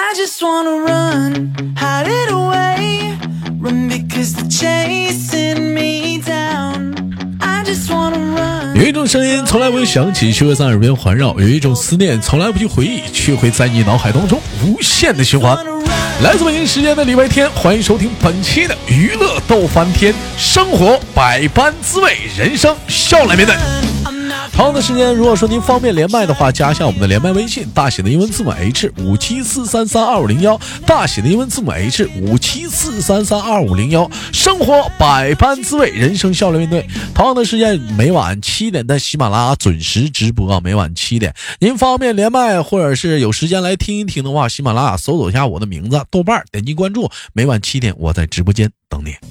I just wanna run, hide it away, run because they're chasing me down. I just wanna run. 有一种声音从来不会响起，却会在耳边环绕；有一种思念从来不去回忆，却会在你脑海当中无限的循环。来自北京时间的礼拜天，欢迎收听本期的娱乐逗翻天，生活百般滋味，人生笑来面对。同样的时间，如果说您方便连麦的话，加一下我们的连麦微信，大写的英文字母 H57433251，大写的英文字母 H57433251。生活百般滋味，人生笑来面对。同样的时间，每晚7点的喜马拉雅准时直播，每晚7点。您方便连麦或者是有时间来听一听的话，喜马拉雅搜索一下我的名字，豆瓣点击关注，每晚7点我在直播间等你。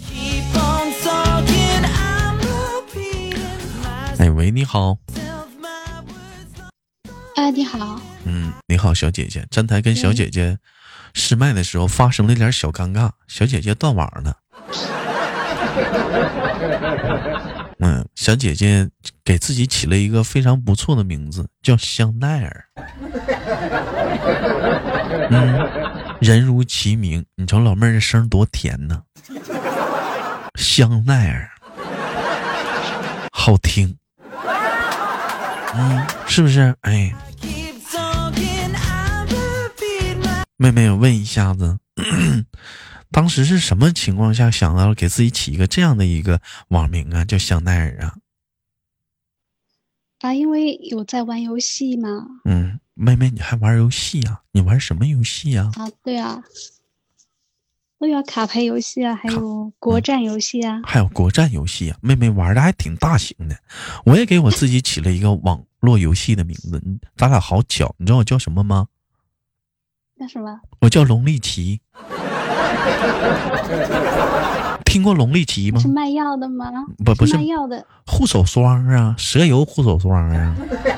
哎喂，你好。 你好。 你好，小姐姐。站台跟小姐姐试麦的时候发生了一点小尴尬，小姐姐断网了。小姐姐给自己起了一个非常不错的名字，叫香奈儿。人如其名，你瞅老妹儿的声多甜呢，香奈儿，好听。是不是？哎，妹妹，我问一下子，当时是什么情况下想到给自己起一个这样的一个网名啊，叫香奈儿啊？ 因为有在玩游戏嘛。 妹妹，你还玩游戏啊？你玩什么游戏啊？ 对啊，都有卡牌游戏啊，还有国战游戏啊。 还有国战游戏啊！妹妹玩的还挺大型的。我也给我自己起了一个网络游戏的名字，咱俩好巧。你知道我叫什么吗？ 叫什么？ 我叫龙力奇。听过龙力奇吗？ 是卖药的吗？ 不是卖药的， 护手霜啊，蛇油护手霜啊。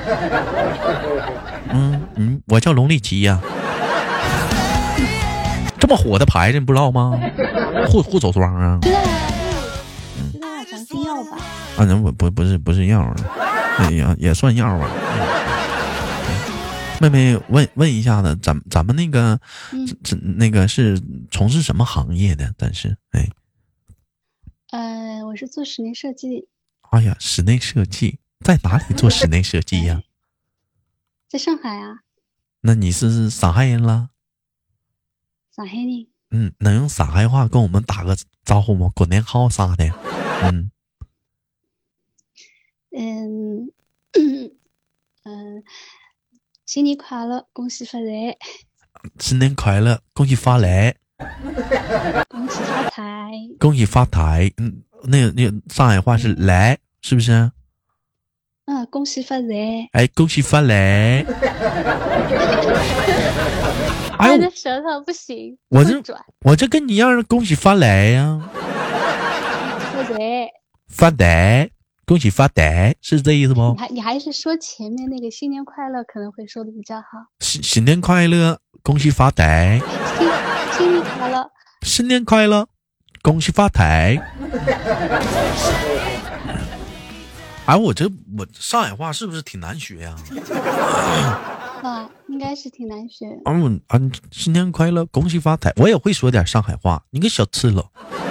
我叫龙力奇呀。这么火的牌子你不知道吗？护手霜啊。 知道啊，想是药吧？ 不是药，也算药吧。妹妹问一下子，咱们那个那个是从事什么行业的？但是我是做室内设计。 哎呀，室内设计在哪里做室内设计呀？ 在上海啊。 那你是上海人啦？ 上海人。 能用上海话跟我们打个招呼吗？过年好啥的。 新年快乐，恭喜发财。 新年快乐，恭喜发来。 恭喜发财。 恭喜发财。那个上海话是来，是不是？ 恭喜发财。 哎，恭喜发来。 我的舌头不行， 我这跟你一样，恭喜发来呀。 发财。 发财。恭喜发财，是这意思不？ 你还是说前面那个新年快乐可能会说的比较好。 新年快乐，恭喜发财。 新年快乐。 新年快乐，恭喜发财。我上海话是不是挺难学呀？ 应该是挺难学。 新年快乐，恭喜发财。我也会说点上海话，你个小刺喽。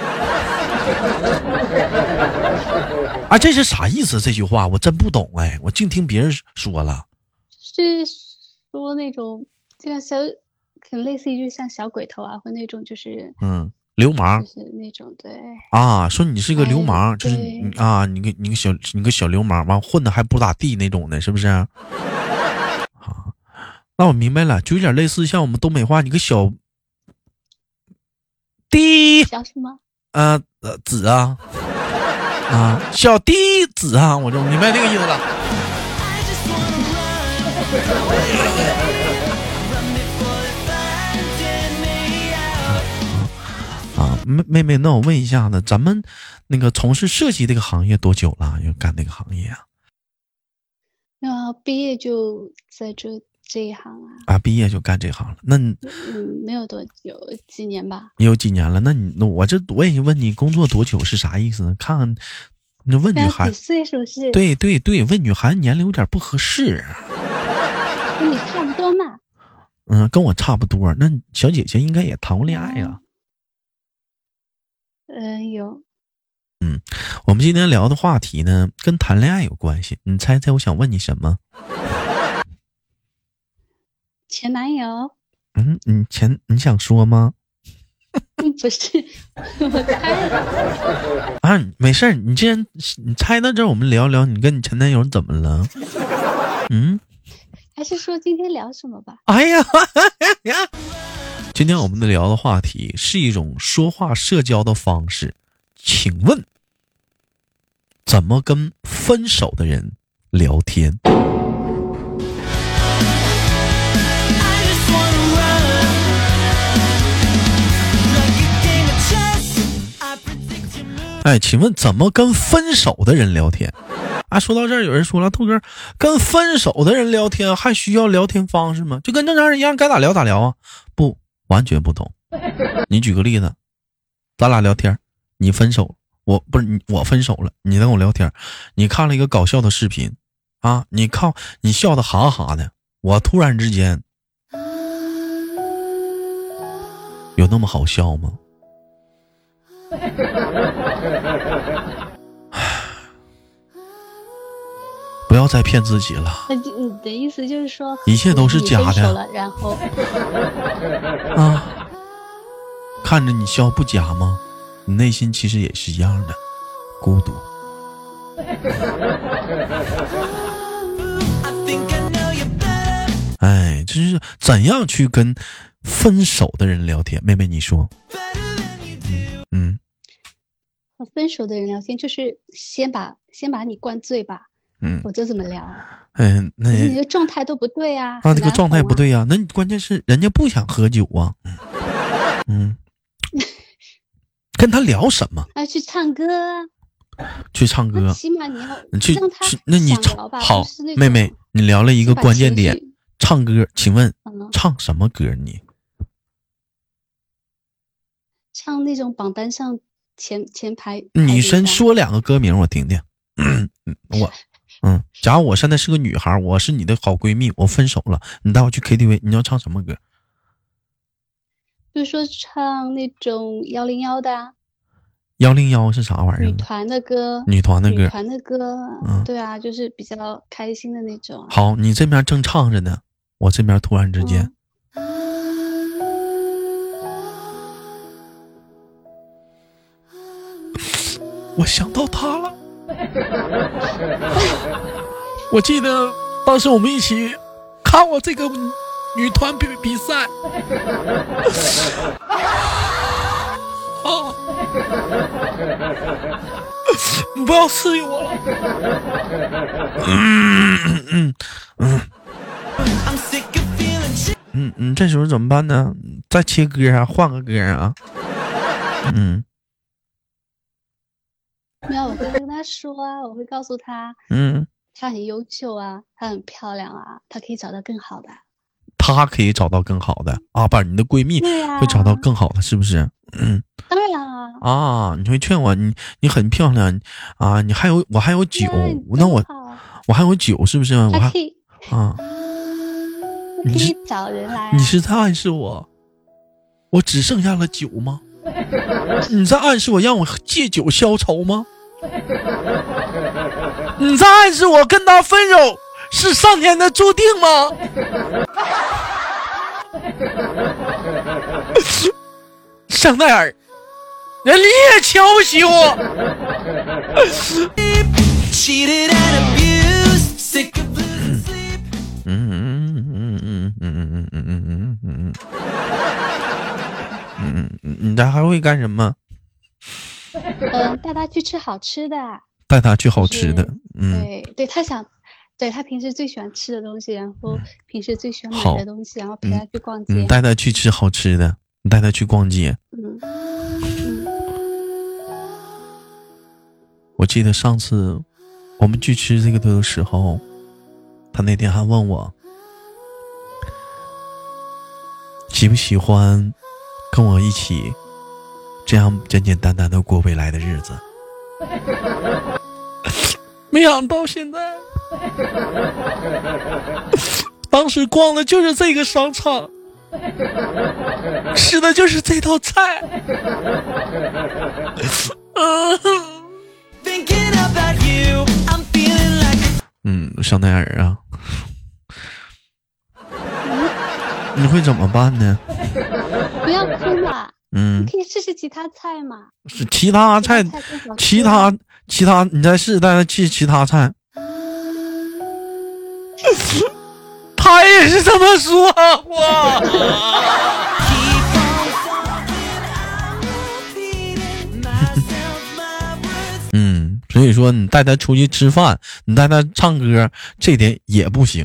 这是啥意思？这句话我真不懂。我净听别人说了。 是说那种就像可能类似于就像小鬼头啊，或那种就是流氓， 就是那种对说你是个流氓，就是你个小流氓，完混的还不咋地那种的，是不是？那我明白了，就有点类似像我们东北话，你个小弟， 小什么？ 子啊。小弟子啊，我就明白那个意思了。妹妹，那我问一下呢，咱们那个从事设计这个行业多久了？要干这个行业啊？ 毕业就在这一行啊。 毕业就干这行了，那没有多久，几年吧。 也有几年了。那我也问你工作多久是啥意思呢？看看你问女孩几岁是不是？ 对，问女孩年龄有点不合适。 跟你差不多嘛。 跟我差不多。那小姐姐应该也谈过恋爱呀？ 有。 我们今天聊的话题呢，跟谈恋爱有关系。你猜猜我想问你什么？ 前男友？ 你想说吗？ 不是，我猜。 啊，没事儿，你既然你猜到这儿，我们聊聊你跟你前男友怎么了？ 还是说今天聊什么吧？ 哎呀，今天我们的聊的话题是一种说话社交的方式，请问怎么跟分手的人聊天？哎，请问怎么跟分手的人聊天？啊，说到这儿，有人说了，兔哥，跟分手的人聊天还需要聊天方式吗？就跟正常人一样，该咋聊咋聊啊？不，完全不同。你举个例子，咱俩聊天，你分手，我分手了，你跟我聊天，你看了一个搞笑的视频啊，你笑的哈哈的，我突然之间有那么好笑吗？不要再骗自己了。 你的意思就是说， 一切都是假的。 了，然后啊，看着你笑不假吗？你内心其实也是一样的孤独。哎，这是怎样去跟分手的人聊天？妹妹，你说。 和分手的人聊天，就是先把你灌醉吧。我就这么聊。 那你的状态都不对啊。 这个状态不对啊。那你关键是人家不想喝酒啊。跟他聊什么？ 去唱歌啊。 去唱歌。 起码你要去让他那你想吧。 好，妹妹，你聊了一个关键点，唱歌。请问唱什么歌？你唱那种榜单上前排。 女生说2个歌名我听听。假如我现在是个女孩，我是你的好闺蜜，我分手了，你带我去 KTV， 你要唱什么歌？ 就是说唱那种101的啊。 101是啥玩意儿？ 女团的歌。对啊，就是比较开心的那种。 好，你这边正唱着呢，我这边突然之间。我想到他了。我记得当时我们一起看我这个女团比赛。你不要刺激我了。这时候怎么办呢？再切歌啊，换个歌啊。 没有，我会跟他说啊，我会告诉他，他很优秀啊，他很漂亮啊，他可以找到更好的。 他可以找到更好的啊，不，你的闺蜜会找到更好的，是不是？ 当然啊。 啊，你会劝我，你很漂亮啊，我还有酒，那我还有酒，是不是？我还可以啊， 可以找人来。 你是在暗示我只剩下了酒吗？你在暗示我让我借酒消愁吗？你在暗示我跟他分手是上天的注定吗？香奈儿，人你也瞧不起我。你这还会干什么？ 带他去吃好吃的。 带他去好吃的。 对，他平时最喜欢吃的东西，然后平时最喜欢买的东西，然后陪他去逛街。 带他去吃好吃的，你带他去逛街。我记得上次我们去吃这个的时候，他那天还问我喜不喜欢跟我一起这样简简单单的过未来的日子。没想到现在当时逛的就是这个商场， 吃的就是这道菜。香奈儿啊，你会怎么办呢？ 不要哭嘛，你可以试试其他菜嘛。 是其他菜，其他，你再试，再去其他菜。他也是这么说话。所以说你带他出去吃饭，你带他唱歌，这点也不行。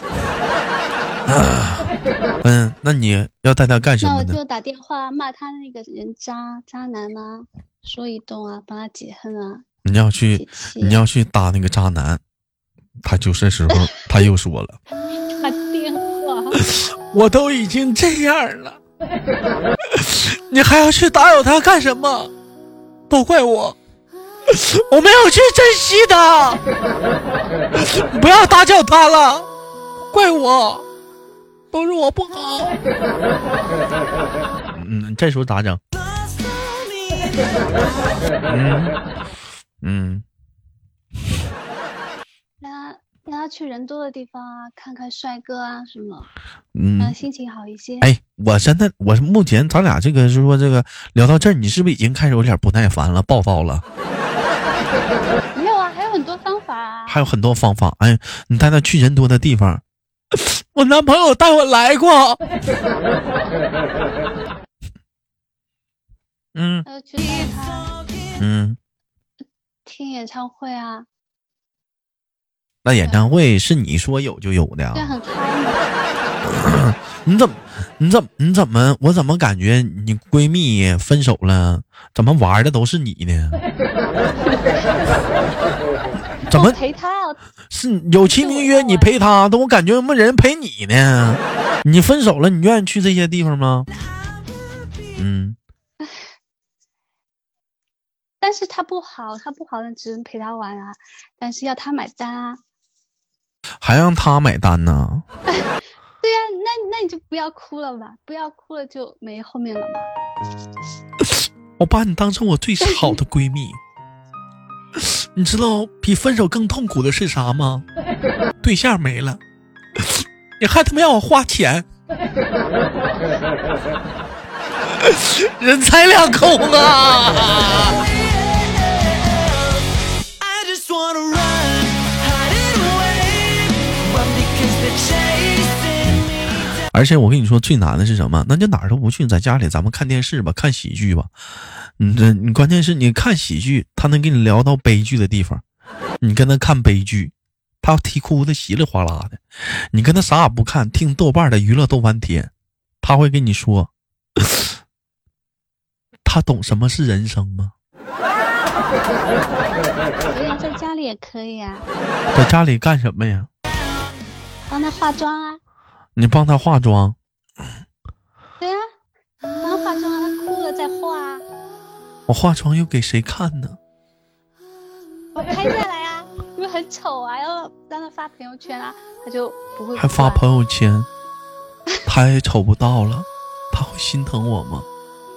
那你要带他干什么呢？ 那我就打电话骂他那个人渣男啊，说一顿啊，帮他解恨啊。 你要去打那个渣男，他就这时候他又说了， 打电话， 我都已经这样了，你还要去打扰他干什么？都怪我。我没有去珍惜他，不要打搅他了，怪我，都是我不好。这时候咋整？ 让他去人多的地方啊，看看帅哥啊什么，让心情好一些。 哎，我目前咱俩这个是说这个聊到这儿，你是不是已经开始有点不耐烦了，暴躁了？ 没有啊，还有很多方法啊。 还有很多方法。哎，你带他去人多的地方。我男朋友带我来过。 还有去他听演唱会啊。 那演唱会是你说有就有的啊？ 对，很开嘛。 你怎么？我怎么感觉你闺蜜分手了，怎么玩的都是你呢？怎么陪她？ 是有其名曰你陪她，但我感觉有没有人陪你呢？你分手了，你愿意去这些地方吗？ 但是他不好，那只能陪他玩啊，但是要他买单啊。 还让他买单呢？ 对呀，那你就不要哭了吧，不要哭了就没后面了嘛。 我把你当成我最好的闺蜜。你知道比分手更痛苦的是啥吗？对象没了，你还他妈要我花钱，人财两空啊！而且我跟你说最难的是什么？那就哪儿都不去，在家里咱们看电视吧，看喜剧吧。你关键是你看喜剧，他能给你聊到悲剧的地方，你跟他看悲剧，他啼哭的稀里哗啦的。你跟他啥也不看，听豆瓣的娱乐豆瓣天，他会跟你说，他懂什么是人生吗？ 对呀，在家里也可以啊。 在家里干什么呀？ 帮他化妆啊。 你帮他化妆？ 对啊，帮他化妆，他哭了再化啊。 我化妆又给谁看呢？ 我拍下来啊，因为很丑啊，要让他发朋友圈啊，他就不会。 还发朋友圈，他也瞅不到了，他会心疼我吗？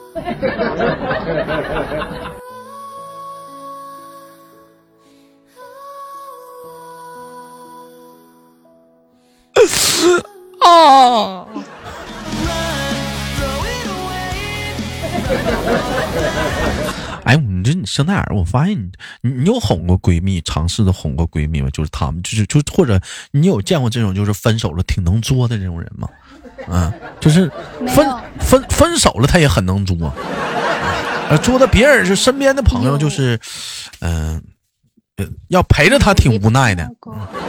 啊！哎，你香奈儿，我发现你有哄过闺蜜，尝试的哄过闺蜜吗？就是他们，就或者你有见过这种就是分手了挺能作的这种人吗？就是分手了他也很能作，作的别人是身边的朋友就是，要陪着他挺无奈的。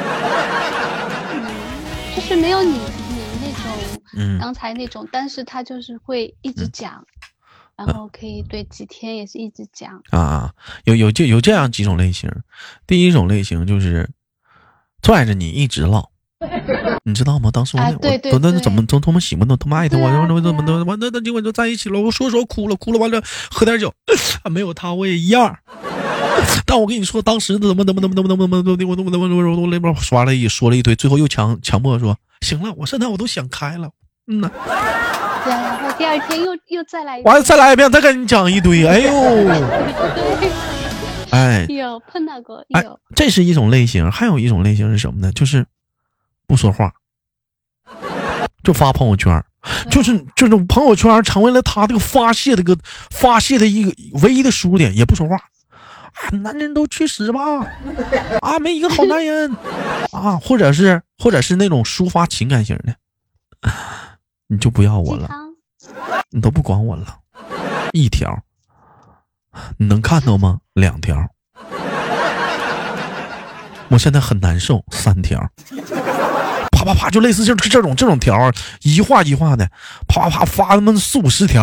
就是没有你那种刚才那种，但是他就是会一直讲。然后可以对几天也是一直讲啊，有这样几种类型。第一种类型就是拽着你一直唠，你知道吗？当时我那怎么都他妈喜欢都他妈爱他，我那结果就在一起了。我说哭了完了喝点酒，没有他我也一样。但我跟你说，当时怎么我那边说了一堆，最后又强迫说行了，我现在我都想开了， 对啊，然后第二天又再来一遍， 完了再来一遍，再跟你讲一堆，哎呦，哎， 有碰到过， 哎，这是一种类型，还有一种类型是什么呢？就是不说话，就发朋友圈，就是这种朋友圈成为了他这个发泄的一个唯一的输点，也不说话啊，男人都去死吧啊，没一个好男人啊，或者是那种抒发情感型的，你就不要我了，你都不管我了，一条你能看到吗？2条，我现在很难受，3条，啪啪啪，就类似这种条，一画一画的，啪啪啪发他们4、50条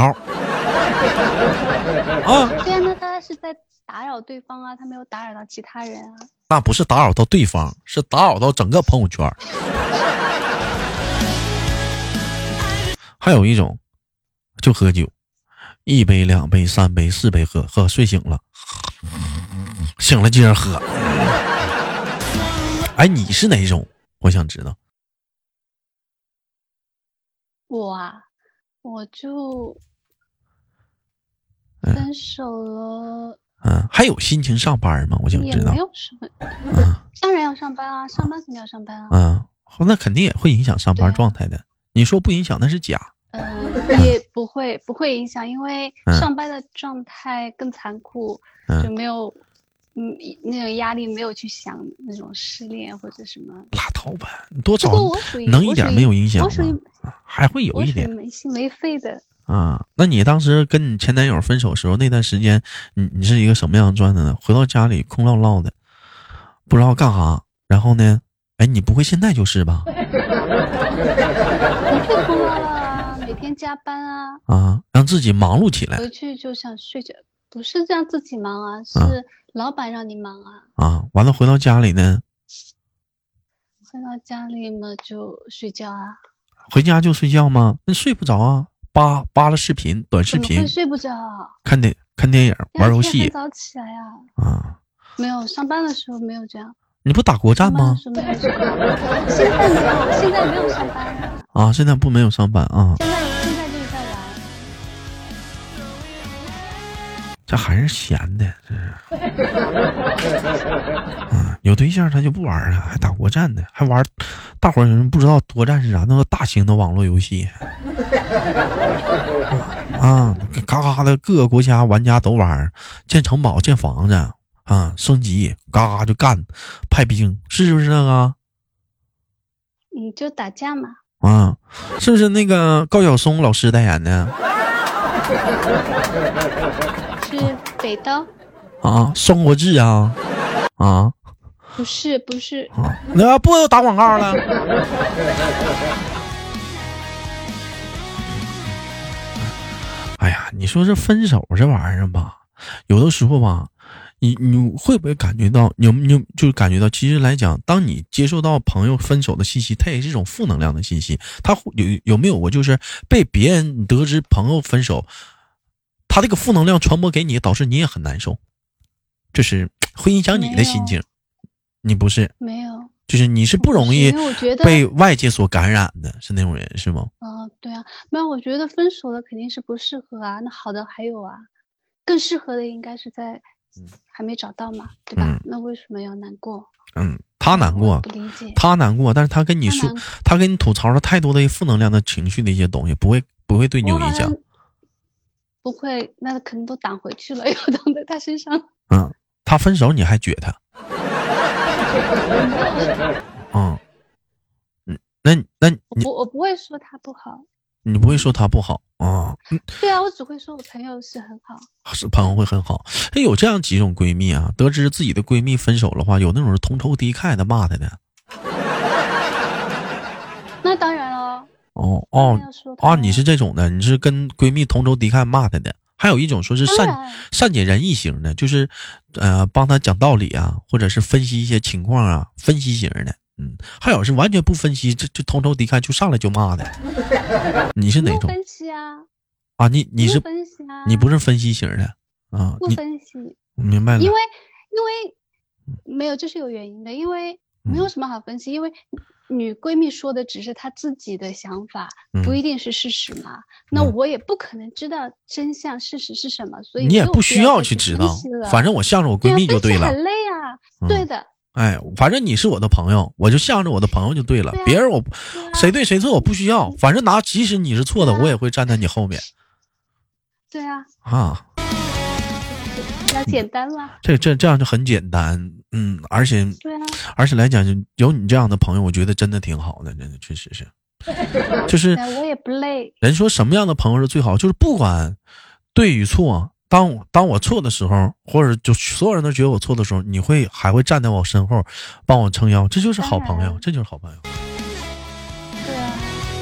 啊！ 对啊，那他是在打扰对方啊，他没有打扰到其他人啊。 那不是打扰到对方，是打扰到整个朋友圈。还有一种，就喝酒，1杯、2杯、3杯、4杯喝，睡醒了接着喝。哎，你是哪种？我想知道。 我就分手了。 还有心情上班吗？我想知道。 也没有什么。当然要上班啊，上班肯定要上班啊。那肯定也会影响上班状态的。你说不影响那是假。 也不会影响，因为上班的状态更残酷，就没有那种压力，没有去想那种失恋或者什么。 拉倒吧，你多找能一点没有影响吗？还会有一点。 没心没肺的啊。那你当时跟你前男友分手的时候，那段时间你是一个什么样的状态呢？回到家里空落落的，不知道干啥，然后呢，哎，你不会现在就是吧？ 不会空落落啊，每天加班啊，让自己忙碌起来， 回去就想睡觉。不是让自己忙啊，是老板让你忙啊。完了回到家里呢， 回到家里嘛就睡觉啊。 回家就睡觉吗？那睡不着啊，扒了视频短视频， 会睡不着，看电影玩游戏。 很早起来啊。没有，上班的时候没有这样。 你不打国战吗？ 现在没有上班啊。现在没有上班啊。 现在就是在玩。 这还是闲的，这是。有对象他就不玩了，还打国战呢，还玩。大伙儿有人不知道国战是啥？那个大型的网络游戏。嘎嘎的各个国家玩家都玩，建城堡、建房子升级，嘎嘎就干，派兵，是不是那个？ 就打架嘛。 是不是那个高晓松老师代言的？ 是北刀。 双国志啊。 不是那不打广告了。哎呀，你说这分手这玩意儿吧，有的时候吧，你会不会感觉到，你就感觉到，其实来讲，当你接受到朋友分手的信息，它也是一种负能量的信息。他有没有过就是被别人得知朋友分手，他这个负能量传播给你，导致你也很难受，这是会影响你的心情。你不是没有， 就是你是不容易被外界所感染的，是那种人是吗？ 对啊，没有，我觉得分手了肯定是不适合啊，那好的还有啊，更适合的应该是在还没找到嘛，对吧？那为什么要难过？ 他难过， 不理解， 他难过，但是他跟你说，他跟你吐槽了太多的负能量的情绪的一些东西，不会对你有影响。 不会，那可能都挡回去了，要挡在他身上。 他分手你还撅他？那我不会说他不好。 你不会说他不好啊？ 对啊，我只会说我朋友是很好， 是朋友会很好。有这样几种闺蜜啊，得知自己的闺蜜分手的话，有那种是同仇敌忾的骂她的。 那当然了。 你是这种的，你是跟闺蜜同仇敌忾骂她的。还有一种说是善解人意型的，就是帮她讲道理啊，或者是分析一些情况啊，分析型的。还有是完全不分析，就同仇敌忾，就上来就骂的。你是哪种？ 分析啊？ 你是分析啊？ 你不是分析型的啊？ 不分析， 明白了。 因为没有，这是有原因的，因为没有什么好分析，因为女闺蜜说的只是她自己的想法，不一定是事实嘛。那我也不可能知道真相事实是什么，所以你也不需要去知道。反正我向着我闺蜜就对了。 很累啊，对的。 哎，反正你是我的朋友，我就向着我的朋友就对了。别人谁对谁错我不需要，反正即使你是错的，我也会站在你后面。 对啊。 啊。 比较简单吗？ 这样就很简单，而且对啊， 而且来讲，有你这样的朋友，我觉得真的挺好的，真的确实是，就是我也不累。 人说什么样的朋友是最好，就是不管对与错，当我错的时候，或者就所有人都觉得我错的时候，你还会站在我身后帮我撑腰，这就是好朋友，这就是好朋友。 对啊。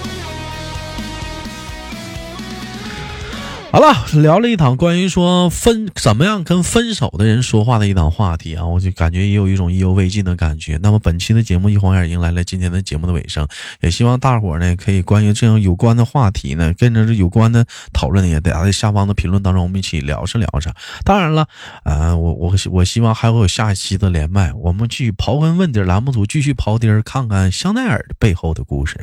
好了，聊了一场关于说怎么样跟分手的人说话的一档话题啊，我就感觉也有一种意犹未尽的感觉。那么本期的节目一晃眼迎来了今天的节目的尾声，也希望大伙呢可以关于这样有关的话题呢，跟着有关的讨论也在下方的评论当中我们一起聊着。当然了，我希望还会有下一期的连麦，我们去刨根问底，栏目组继续刨底，看看香奈儿背后的故事。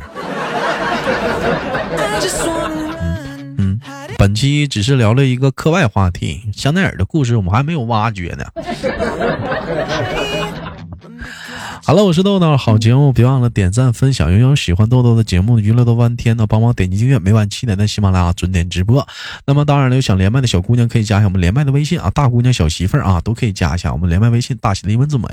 本期只是聊了一个课外话题，香奈儿的故事我们还没有挖掘呢。好了，我是豆豆，好节目别忘了点赞分享，有喜欢豆豆的节目娱乐豆翻天呢，帮忙点击订阅，每晚7点在喜马拉雅准点直播。那么当然了，有想连麦的小姑娘可以加一下我们连麦的微信啊，大姑娘小媳妇儿啊都可以加一下我们连麦微信，大写的英文字母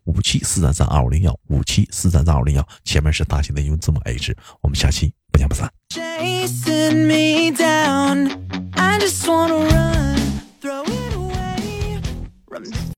H574332501，574332501，前面是大写的英文字母 H。我们下期不见不散。 Chasing me down, I just wanna run, throw it away.